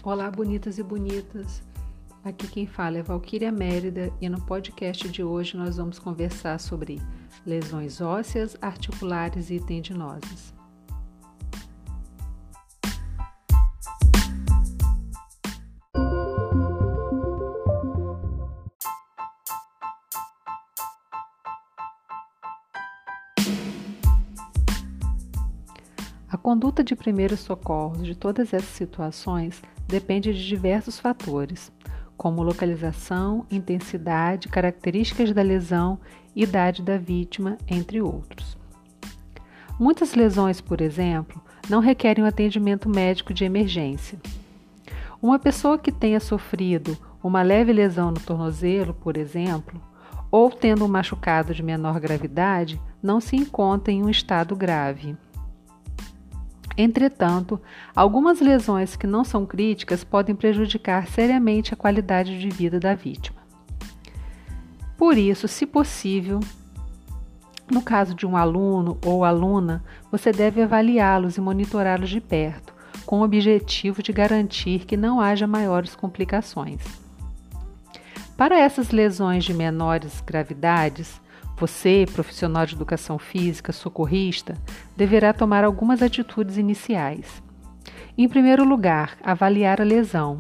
Olá, bonitas e bonitas. Aqui quem fala é Valquíria Mérida e no podcast de hoje nós vamos conversar sobre lesões ósseas, articulares e tendinosas. A conduta de primeiros socorros de todas essas situações depende de diversos fatores, como localização, intensidade, características da lesão, idade da vítima, entre outros. Muitas lesões, por exemplo, não requerem um atendimento médico de emergência. Uma pessoa que tenha sofrido uma leve lesão no tornozelo, por exemplo, ou tendo um machucado de menor gravidade, não se encontra em um estado grave. Entretanto, algumas lesões que não são críticas podem prejudicar seriamente a qualidade de vida da vítima. Por isso, se possível, no caso de um aluno ou aluna, você deve avaliá-los e monitorá-los de perto, com o objetivo de garantir que não haja maiores complicações. Para essas lesões de menores gravidades, você, profissional de educação física, socorrista, deverá tomar algumas atitudes iniciais. Em primeiro lugar, avaliar a lesão.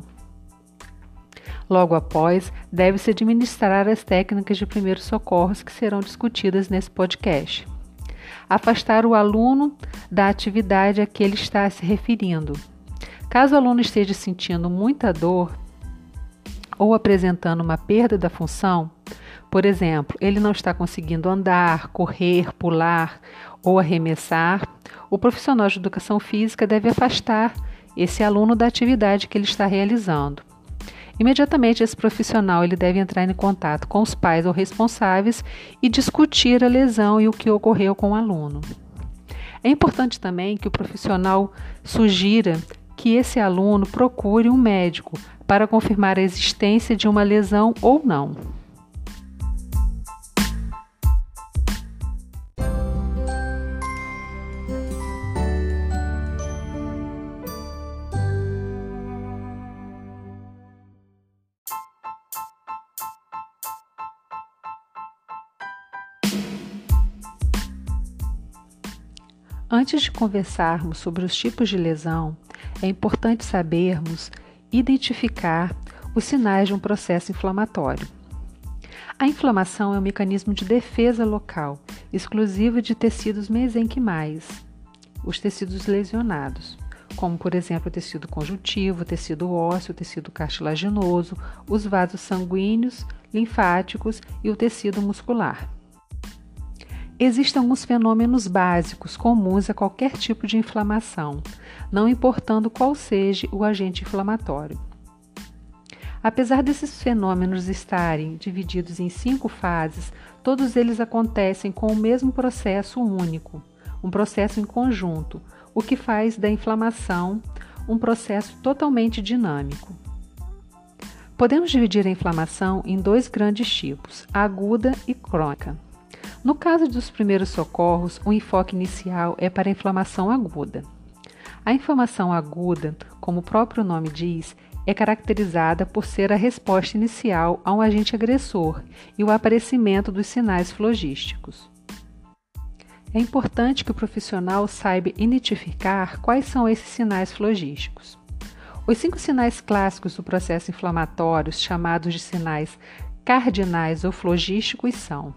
Logo após, deve-se administrar as técnicas de primeiros socorros que serão discutidas nesse podcast. Afastar o aluno da atividade a que ele está se referindo. Caso o aluno esteja sentindo muita dor ou apresentando uma perda da função, por exemplo, ele não está conseguindo andar, correr, pular ou arremessar, o profissional de educação física deve afastar esse aluno da atividade que ele está realizando. Imediatamente, esse profissional ele deve entrar em contato com os pais ou responsáveis e discutir a lesão e o que ocorreu com o aluno. É importante também que o profissional sugira que esse aluno procure um médico para confirmar a existência de uma lesão ou não. Antes de conversarmos sobre os tipos de lesão, é importante sabermos identificar os sinais de um processo inflamatório. A inflamação é um mecanismo de defesa local, exclusivo de tecidos mesenquimais, os tecidos lesionados, como por exemplo o tecido conjuntivo, o tecido ósseo, o tecido cartilaginoso, os vasos sanguíneos, linfáticos e o tecido muscular. Existem alguns fenômenos básicos comuns a qualquer tipo de inflamação, não importando qual seja o agente inflamatório. Apesar desses fenômenos estarem divididos em 5 fases, todos eles acontecem com o mesmo processo único, um processo em conjunto, o que faz da inflamação um processo totalmente dinâmico. Podemos dividir a inflamação em 2 grandes tipos, aguda e crônica. No caso dos primeiros socorros, o enfoque inicial é para a inflamação aguda. A inflamação aguda, como o próprio nome diz, é caracterizada por ser a resposta inicial a um agente agressor e o aparecimento dos sinais flogísticos. É importante que o profissional saiba identificar quais são esses sinais flogísticos. Os 5 sinais clássicos do processo inflamatório, chamados de sinais cardinais ou flogísticos, são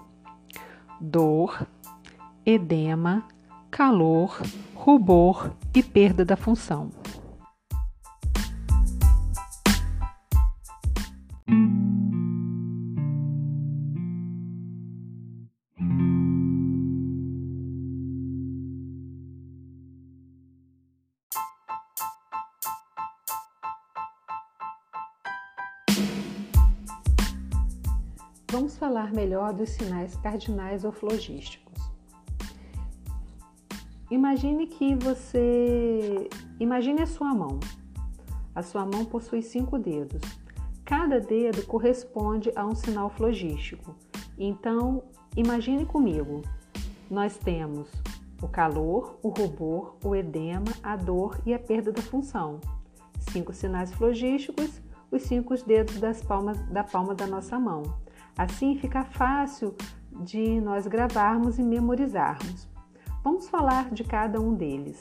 dor, edema, calor, rubor e perda da função. Vamos falar melhor dos sinais cardinais ou flogísticos. Imagine a sua mão. A sua mão possui 5 dedos. Cada dedo corresponde a um sinal flogístico. Então, imagine comigo. Nós temos o calor, o rubor, o edema, a dor e a perda da função. 5 sinais flogísticos, os 5 dedos da palma da nossa mão. Assim fica fácil de nós gravarmos e memorizarmos. Vamos falar de cada um deles.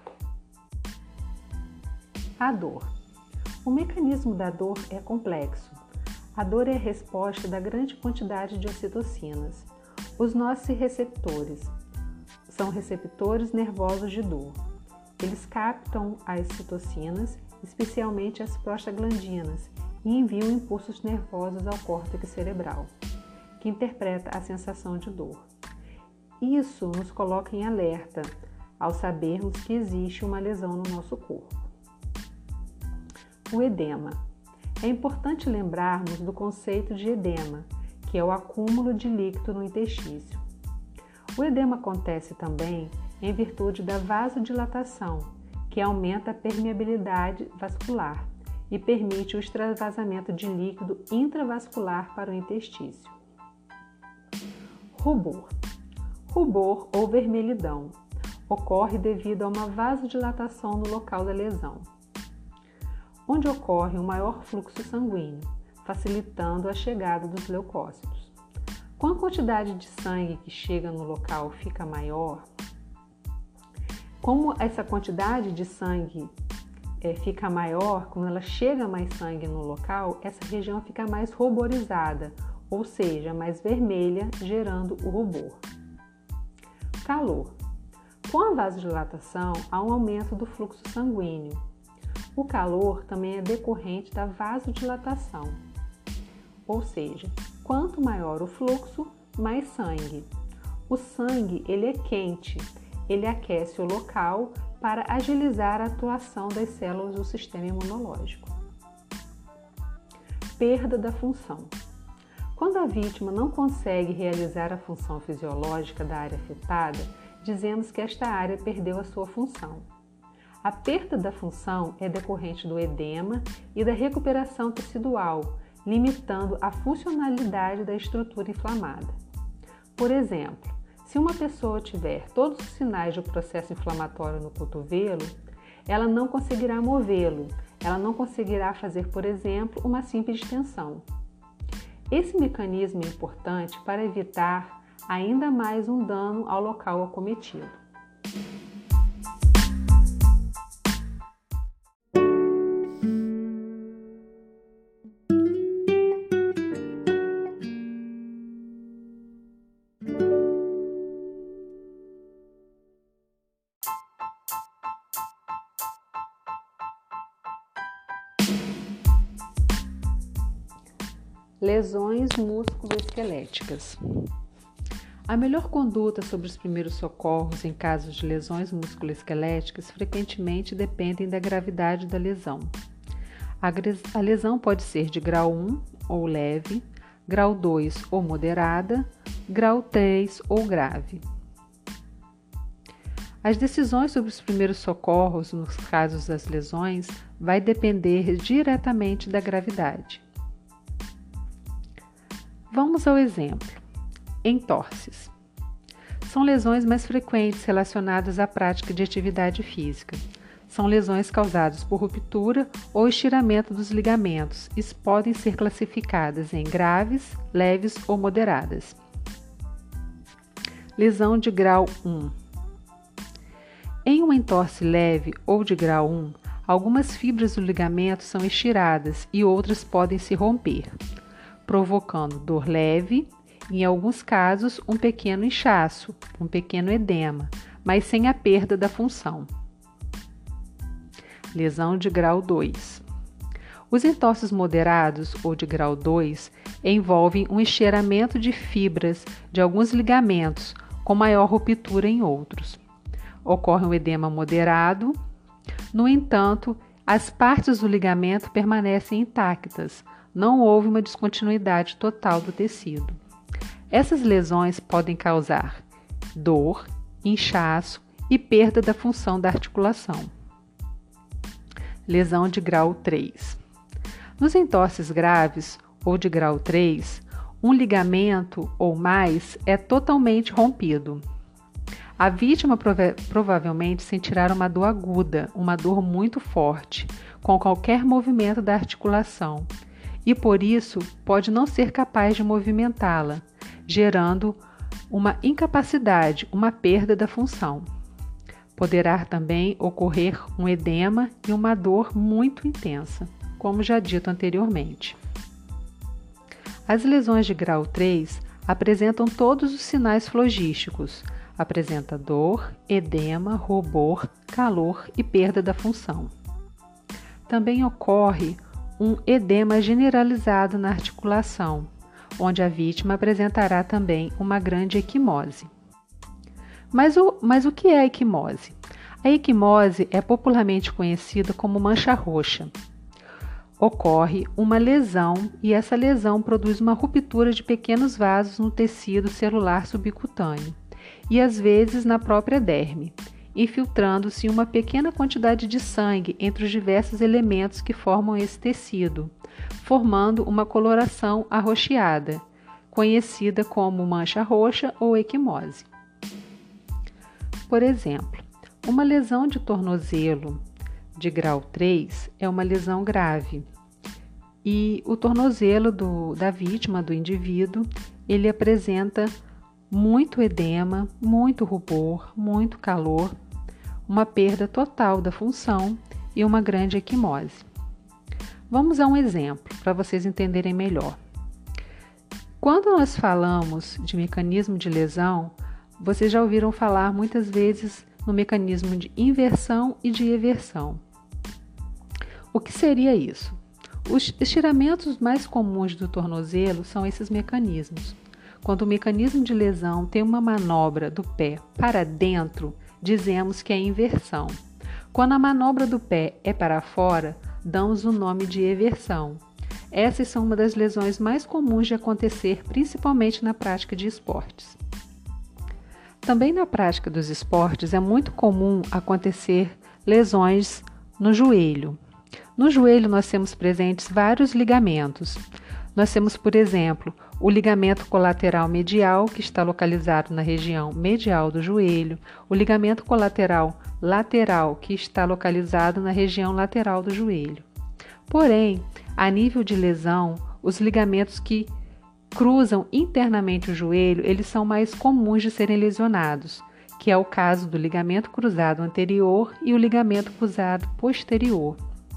A dor. O mecanismo da dor é complexo. A dor é a resposta da grande quantidade de ocitocinas. Os nossos receptores são receptores nervosos de dor. Eles captam as citocinas, especialmente as prostaglandinas, e enviam impulsos nervosos ao córtex cerebral, que interpreta a sensação de dor. Isso nos coloca em alerta ao sabermos que existe uma lesão no nosso corpo. O edema. É importante lembrarmos do conceito de edema, que é o acúmulo de líquido no intestino. O edema acontece também em virtude da vasodilatação, que aumenta a permeabilidade vascular e permite o extravasamento de líquido intravascular para o intestino. Rubor. Rubor ou vermelhidão ocorre devido a uma vasodilatação no local da lesão, onde ocorre um maior fluxo sanguíneo, facilitando a chegada dos leucócitos. Quando a quantidade de sangue que chega no local fica maior, como essa quantidade de sangue fica maior, quando ela chega mais sangue no local, essa região fica mais ruborizada, ou seja, mais vermelha, gerando o rubor. Calor. Com a vasodilatação, há um aumento do fluxo sanguíneo. O calor também é decorrente da vasodilatação, ou seja, quanto maior o fluxo, mais sangue. O sangue ele é quente, ele aquece o local para agilizar a atuação das células do sistema imunológico. Perda da função. Quando a vítima não consegue realizar a função fisiológica da área afetada, dizemos que esta área perdeu a sua função. A perda da função é decorrente do edema e da recuperação tecidual, limitando a funcionalidade da estrutura inflamada. Por exemplo, se uma pessoa tiver todos os sinais de um processo inflamatório no cotovelo, ela não conseguirá movê-lo, ela não conseguirá fazer, por exemplo, uma simples extensão. Esse mecanismo é importante para evitar ainda mais um dano ao local acometido. Lesões musculoesqueléticas. A melhor conduta sobre os primeiros socorros em casos de lesões musculoesqueléticas frequentemente dependem da gravidade da lesão. A lesão pode ser de grau 1 ou leve, grau 2 ou moderada, grau 3 ou grave. As decisões sobre os primeiros socorros nos casos das lesões vai depender diretamente da gravidade. Vamos ao exemplo. Entorses. São lesões mais frequentes relacionadas à prática de atividade física. São lesões causadas por ruptura ou estiramento dos ligamentos e podem ser classificadas em graves, leves ou moderadas. Lesão de grau 1. Em uma entorse leve ou de grau 1, algumas fibras do ligamento são estiradas e outras podem se romper, provocando dor leve e, em alguns casos, um pequeno inchaço, um pequeno edema, mas sem a perda da função. Lesão de grau 2. Os entorses moderados ou de grau 2 envolvem um estiramento de fibras de alguns ligamentos, com maior ruptura em outros. Ocorre um edema moderado, no entanto, as partes do ligamento permanecem intactas, não houve uma descontinuidade total do tecido. Essas lesões podem causar dor, inchaço e perda da função da articulação. Lesão de grau 3. Nos entorses graves ou de grau 3, um ligamento ou mais é totalmente rompido. A vítima provavelmente sentirá uma dor aguda, uma dor muito forte, com qualquer movimento da articulação, e por isso pode não ser capaz de movimentá-la, gerando uma incapacidade, uma perda da função. Poderá também ocorrer um edema e uma dor muito intensa, como já dito anteriormente. As lesões de grau 3 apresentam todos os sinais flogísticos. Apresenta dor, edema, rubor, calor e perda da função. Também ocorre um edema generalizado na articulação, onde a vítima apresentará também uma grande equimose. Mas o que é a equimose? A equimose é popularmente conhecida como mancha roxa. Ocorre uma lesão e essa lesão produz uma ruptura de pequenos vasos no tecido celular subcutâneo e às vezes na própria derme, infiltrando-se uma pequena quantidade de sangue entre os diversos elementos que formam esse tecido, formando uma coloração arroxeada, conhecida como mancha roxa ou equimose. Por exemplo, uma lesão de tornozelo de grau 3 é uma lesão grave e o tornozelo da vítima, do indivíduo, ele apresenta muito edema, muito rubor, muito calor, uma perda total da função e uma grande equimose. Vamos a um exemplo para vocês entenderem melhor. Quando nós falamos de mecanismo de lesão, vocês já ouviram falar muitas vezes no mecanismo de inversão e de eversão. O que seria isso? Os estiramentos mais comuns do tornozelo são esses mecanismos. Quando o mecanismo de lesão tem uma manobra do pé para dentro, dizemos que é inversão. Quando a manobra do pé é para fora, damos o nome de eversão. Essas são uma das lesões mais comuns de acontecer, principalmente na prática de esportes. Também na prática dos esportes é muito comum acontecer lesões no joelho. No joelho nós temos presentes vários ligamentos. Nós temos, por exemplo, o ligamento colateral medial, que está localizado na região medial do joelho, o ligamento colateral lateral, que está localizado na região lateral do joelho. Porém, a nível de lesão, os ligamentos que cruzam internamente o joelho, eles são mais comuns de serem lesionados, que é o caso do ligamento cruzado anterior e o ligamento cruzado posterior.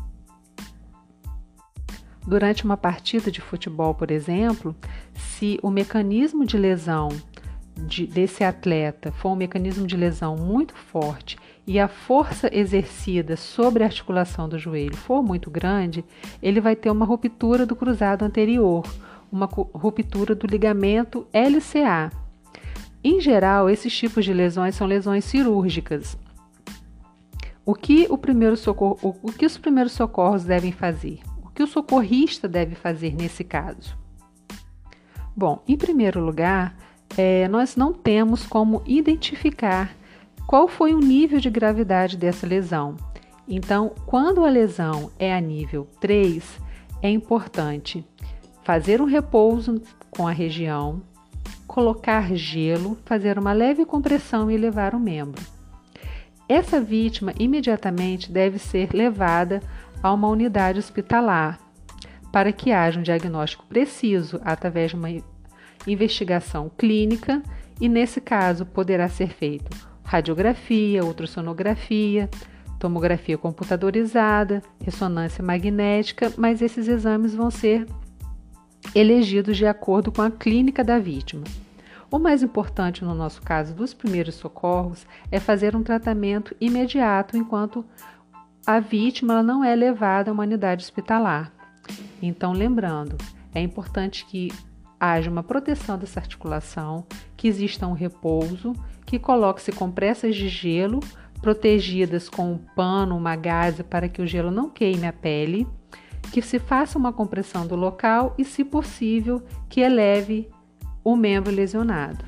Durante uma partida de futebol, por exemplo, se o mecanismo de lesão desse atleta for um mecanismo de lesão muito forte e a força exercida sobre a articulação do joelho for muito grande, ele vai ter uma ruptura do cruzado anterior, uma ruptura do ligamento LCA. Em geral, esses tipos de lesões são lesões cirúrgicas. O que os primeiros socorros devem fazer? O que o socorrista deve fazer nesse caso? Bom, em primeiro lugar, nós não temos como identificar qual foi o nível de gravidade dessa lesão. Então, quando a lesão é a nível 3, é importante fazer um repouso com a região, colocar gelo, fazer uma leve compressão e levar o membro. Essa vítima imediatamente deve ser levada a uma unidade hospitalar para que haja um diagnóstico preciso através de uma investigação clínica e, nesse caso, poderá ser feito radiografia, ultrassonografia, tomografia computadorizada, ressonância magnética, mas esses exames vão ser elegidos de acordo com a clínica da vítima. O mais importante no nosso caso dos primeiros socorros é fazer um tratamento imediato enquanto a vítima não é levada a uma unidade hospitalar. Então, lembrando, é importante que haja uma proteção dessa articulação, que exista um repouso, que coloque-se compressas de gelo protegidas com um pano, uma gaze para que o gelo não queime a pele, que se faça uma compressão do local e, se possível, que eleve o membro lesionado.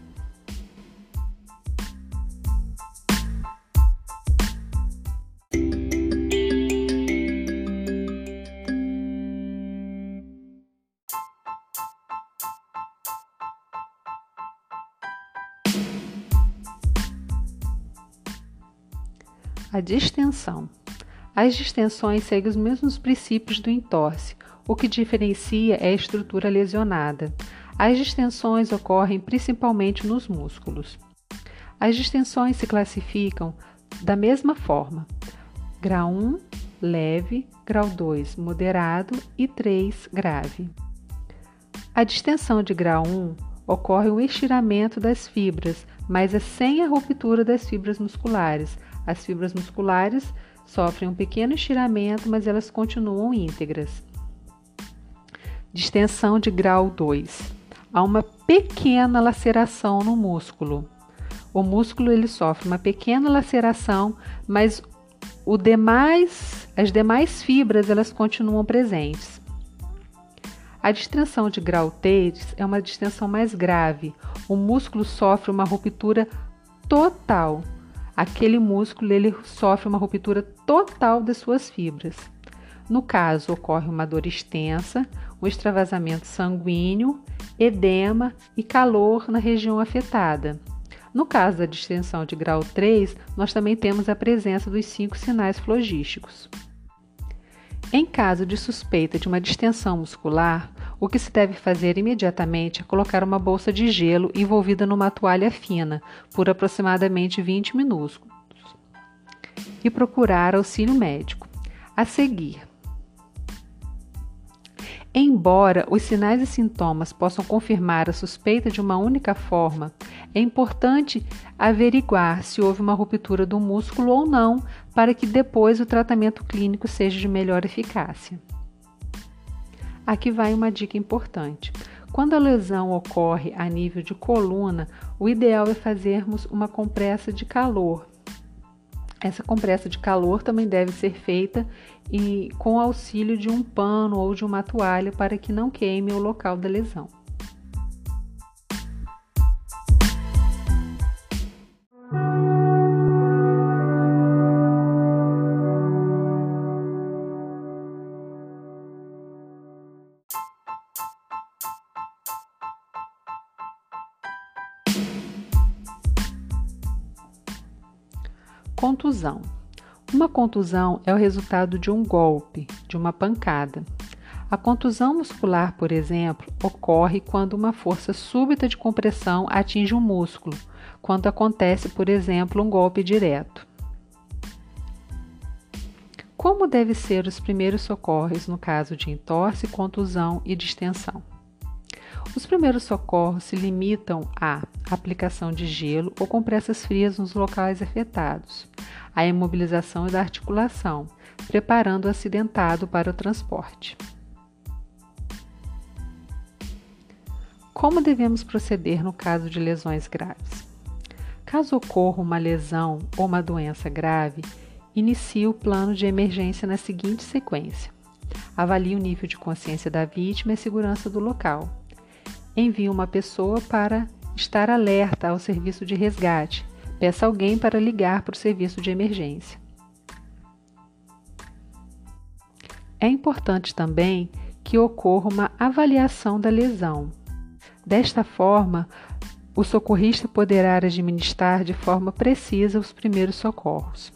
A distensão. As distensões seguem os mesmos princípios do entorse. O que diferencia é a estrutura lesionada. As distensões ocorrem principalmente nos músculos. As distensões se classificam da mesma forma: grau 1, leve, grau 2, moderado e 3, grave. A distensão de grau 1 ocorre um estiramento das fibras, mas é sem a ruptura das fibras musculares. As fibras musculares sofrem um pequeno estiramento, mas elas continuam íntegras. Distensão de grau 2. Há uma pequena laceração no músculo. O músculo ele sofre uma pequena laceração, mas as demais fibras elas continuam presentes. A distensão de grau 3 é uma distensão mais grave. O músculo sofre uma ruptura total. Aquele músculo ele sofre uma ruptura total das suas fibras. No caso, ocorre uma dor extensa, um extravasamento sanguíneo, edema e calor na região afetada. No caso da distensão de grau 3, nós também temos a presença dos 5 sinais flogísticos. Em caso de suspeita de uma distensão muscular, o que se deve fazer imediatamente é colocar uma bolsa de gelo envolvida numa toalha fina por aproximadamente 20 minutos e procurar auxílio médico. A seguir, embora os sinais e sintomas possam confirmar a suspeita de uma única forma, é importante averiguar se houve uma ruptura do músculo ou não, para que depois o tratamento clínico seja de melhor eficácia. Aqui vai uma dica importante. Quando a lesão ocorre a nível de coluna, o ideal é fazermos uma compressa de calor. Essa compressa de calor também deve ser feita com auxílio de um pano ou de uma toalha para que não queime o local da lesão. Contusão. Uma contusão é o resultado de um golpe, de uma pancada. A contusão muscular, por exemplo, ocorre quando uma força súbita de compressão atinge um músculo, quando acontece, por exemplo, um golpe direto. Como devem ser os primeiros socorros no caso de entorse, contusão e distensão? Os primeiros socorros se limitam à aplicação de gelo ou compressas frias nos locais afetados, à imobilização da articulação, preparando o acidentado para o transporte. Como devemos proceder no caso de lesões graves? Caso ocorra uma lesão ou uma doença grave, inicie o plano de emergência na seguinte sequência: avalie o nível de consciência da vítima e a segurança do local. Envie uma pessoa para estar alerta ao serviço de resgate. Peça alguém para ligar para o serviço de emergência. É importante também que ocorra uma avaliação da lesão. Desta forma, o socorrista poderá administrar de forma precisa os primeiros socorros.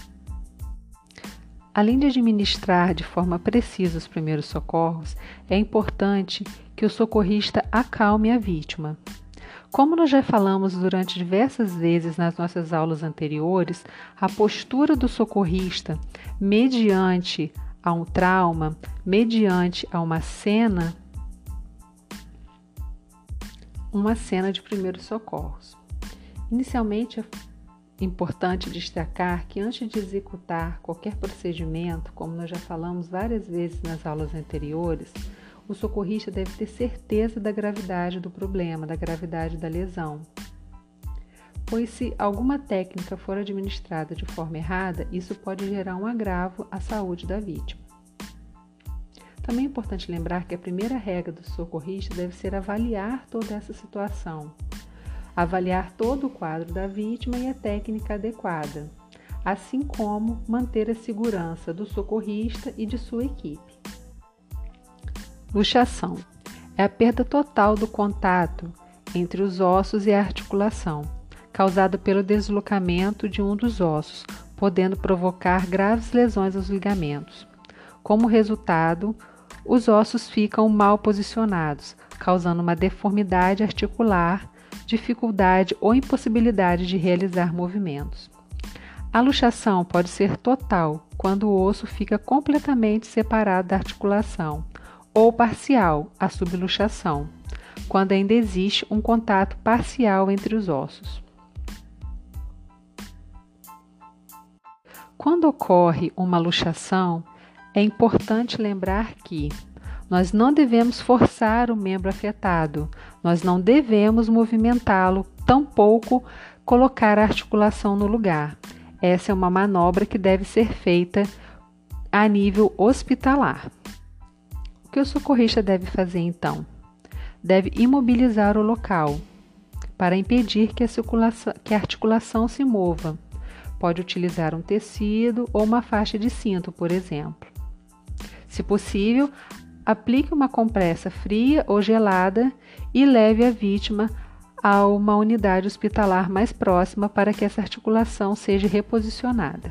Além de administrar de forma precisa os primeiros socorros, é importante que o socorrista acalme a vítima. Como nós já falamos durante diversas vezes nas nossas aulas anteriores, a postura do socorrista mediante a um trauma, mediante a uma cena de primeiros socorros. Inicialmente, é importante destacar que antes de executar qualquer procedimento, como nós já falamos várias vezes nas aulas anteriores, o socorrista deve ter certeza da gravidade do problema, da gravidade da lesão. Pois se alguma técnica for administrada de forma errada, isso pode gerar um agravo à saúde da vítima. Também é importante lembrar que a primeira regra do socorrista deve ser avaliar toda essa situação, avaliar todo o quadro da vítima e a técnica adequada, assim como manter a segurança do socorrista e de sua equipe. Luxação é a perda total do contato entre os ossos e a articulação, causada pelo deslocamento de um dos ossos, podendo provocar graves lesões aos ligamentos. Como resultado, os ossos ficam mal posicionados, causando uma deformidade articular, dificuldade ou impossibilidade de realizar movimentos. A luxação pode ser total, quando o osso fica completamente separado da articulação, ou parcial, a subluxação, quando ainda existe um contato parcial entre os ossos. Quando ocorre uma luxação, é importante lembrar que nós não devemos forçar o membro afetado, nós não devemos movimentá-lo, tampouco colocar a articulação no lugar. Essa é uma manobra que deve ser feita a nível hospitalar. O que o socorrista deve fazer então? Deve imobilizar o local para impedir que a articulação se mova. Pode utilizar um tecido ou uma faixa de cinto, por exemplo. Se possível, aplique uma compressa fria ou gelada e leve a vítima a uma unidade hospitalar mais próxima para que essa articulação seja reposicionada.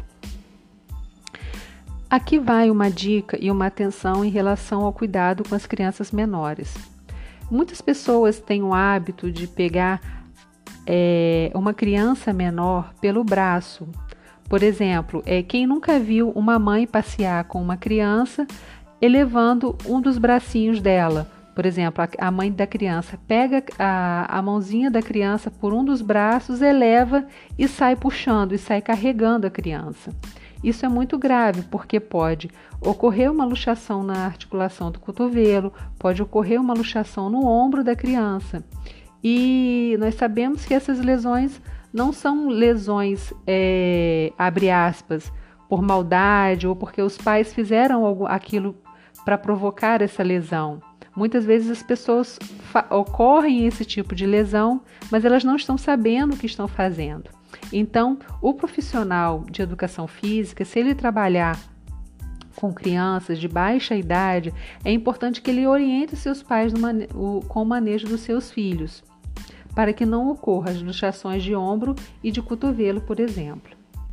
Aqui vai uma dica e uma atenção em relação ao cuidado com as crianças menores. Muitas pessoas têm o hábito de pegar uma criança menor pelo braço. Por exemplo, quem nunca viu uma mãe passear com uma criança elevando um dos bracinhos dela? Por exemplo, a mãe da criança pega a mãozinha da criança por um dos braços, eleva e sai puxando, e sai carregando a criança. Isso é muito grave, porque pode ocorrer uma luxação na articulação do cotovelo, pode ocorrer uma luxação no ombro da criança. E nós sabemos que essas lesões não são lesões, abre aspas, por maldade ou porque os pais fizeram aquilo para provocar essa lesão. Muitas vezes as pessoas ocorrem esse tipo de lesão, mas elas não estão sabendo o que estão fazendo. Então, o profissional de educação física, se ele trabalhar com crianças de baixa idade, é importante que ele oriente seus pais com o manejo dos seus filhos, para que não ocorram as luxações de ombro e de cotovelo, por exemplo.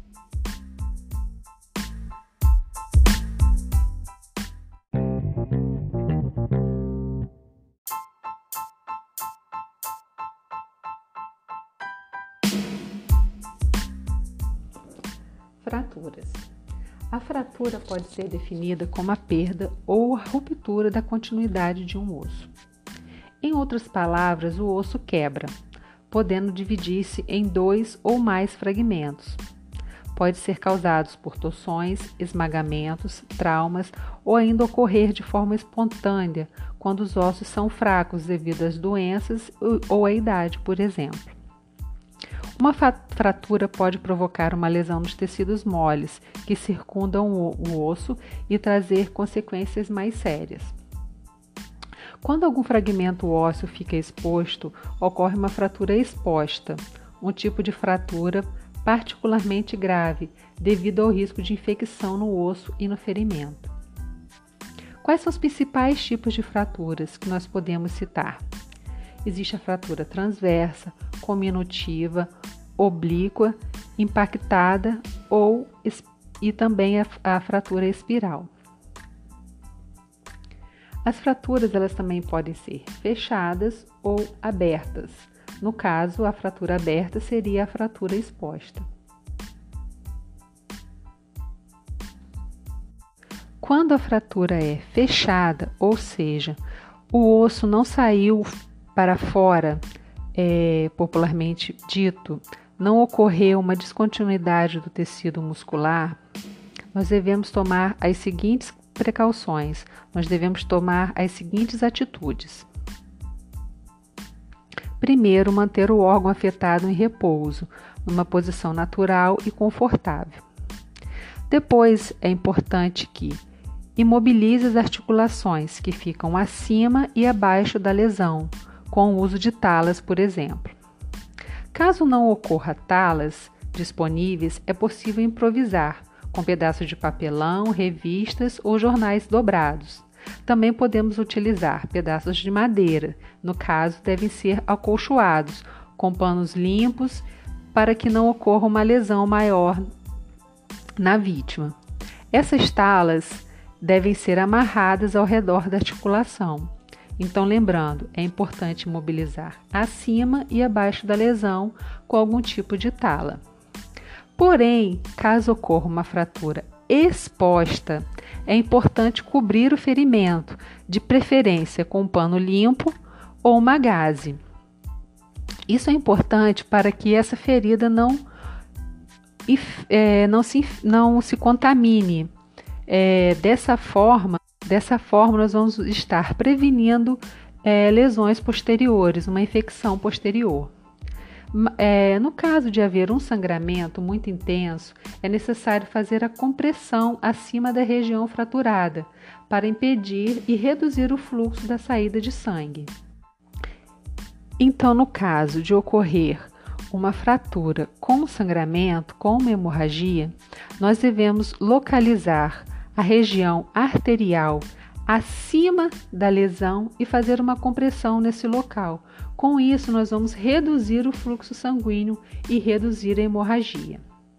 Fraturas. A fratura pode ser definida como a perda ou a ruptura da continuidade de um osso. Em outras palavras, o osso quebra, podendo dividir-se em 2 ou mais fragmentos. Pode ser causado por torções, esmagamentos, traumas ou ainda ocorrer de forma espontânea quando os ossos são fracos devido às doenças ou à idade, por exemplo. Uma fratura pode provocar uma lesão nos tecidos moles que circundam o osso e trazer consequências mais sérias. Quando algum fragmento ósseo fica exposto, ocorre uma fratura exposta, um tipo de fratura particularmente grave devido ao risco de infecção no osso e no ferimento. Quais são os principais tipos de fraturas que nós podemos citar? Existe a fratura transversa, cominutiva, oblíqua, impactada e também a fratura espiral. As fraturas elas também podem ser fechadas ou abertas. No caso, a fratura aberta seria a fratura exposta. Quando a fratura é fechada, ou seja, o osso não saiu para fora, popularmente dito, não ocorreu uma descontinuidade do tecido muscular, nós devemos tomar as seguintes precauções, nós devemos tomar as seguintes atitudes. Primeiro, manter o órgão afetado em repouso, numa posição natural e confortável. Depois, é importante que imobilize as articulações que ficam acima e abaixo da lesão, com o uso de talas, por exemplo. Caso não ocorra talas disponíveis, é possível improvisar com pedaços de papelão, revistas ou jornais dobrados. Também podemos utilizar pedaços de madeira, no caso devem ser acolchoados, com panos limpos, para que não ocorra uma lesão maior na vítima. Essas talas devem ser amarradas ao redor da articulação. Então, lembrando, é importante imobilizar acima e abaixo da lesão com algum tipo de tala. Porém, caso ocorra uma fratura exposta, é importante cobrir o ferimento, de preferência com um pano limpo ou uma gaze. Isso é importante para que essa ferida não se contamine. Dessa forma, nós vamos estar prevenindo lesões posteriores, uma infecção posterior. No caso de haver um sangramento muito intenso, é necessário fazer a compressão acima da região fraturada para impedir e reduzir o fluxo da saída de sangue. Então, no caso de ocorrer uma fratura com sangramento, com uma hemorragia, nós devemos localizar a região arterial acima da lesão e fazer uma compressão nesse local. Com isso, nós vamos reduzir o fluxo sanguíneo e reduzir a hemorragia.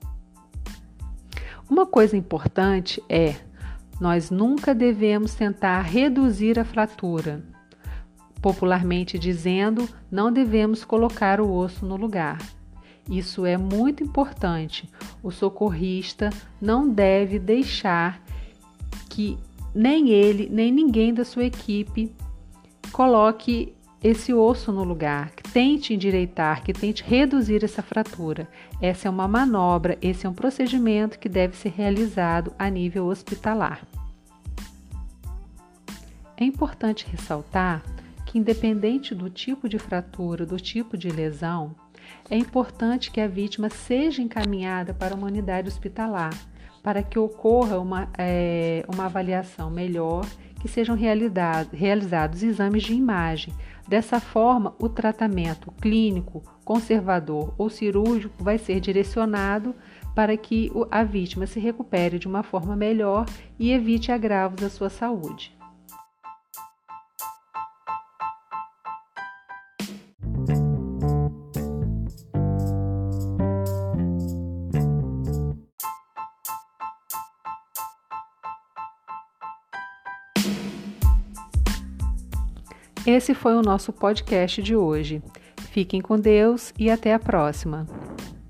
Uma coisa importante é, nós nunca devemos tentar reduzir a fratura. Popularmente dizendo, não devemos colocar o osso no lugar. Isso é muito importante. O socorrista não deve deixar que nem ele, nem ninguém da sua equipe coloque esse osso no lugar, que tente endireitar, que tente reduzir essa fratura. Essa é uma manobra, esse é um procedimento que deve ser realizado a nível hospitalar. É importante ressaltar que, independente do tipo de fratura, do tipo de lesão, é importante que a vítima seja encaminhada para uma unidade hospitalar, para que ocorra uma avaliação melhor, que sejam realizados exames de imagem. Dessa forma, o tratamento clínico, conservador ou cirúrgico vai ser direcionado para que a vítima se recupere de uma forma melhor e evite agravos à sua saúde. Esse foi o nosso podcast de hoje. Fiquem com Deus e até a próxima.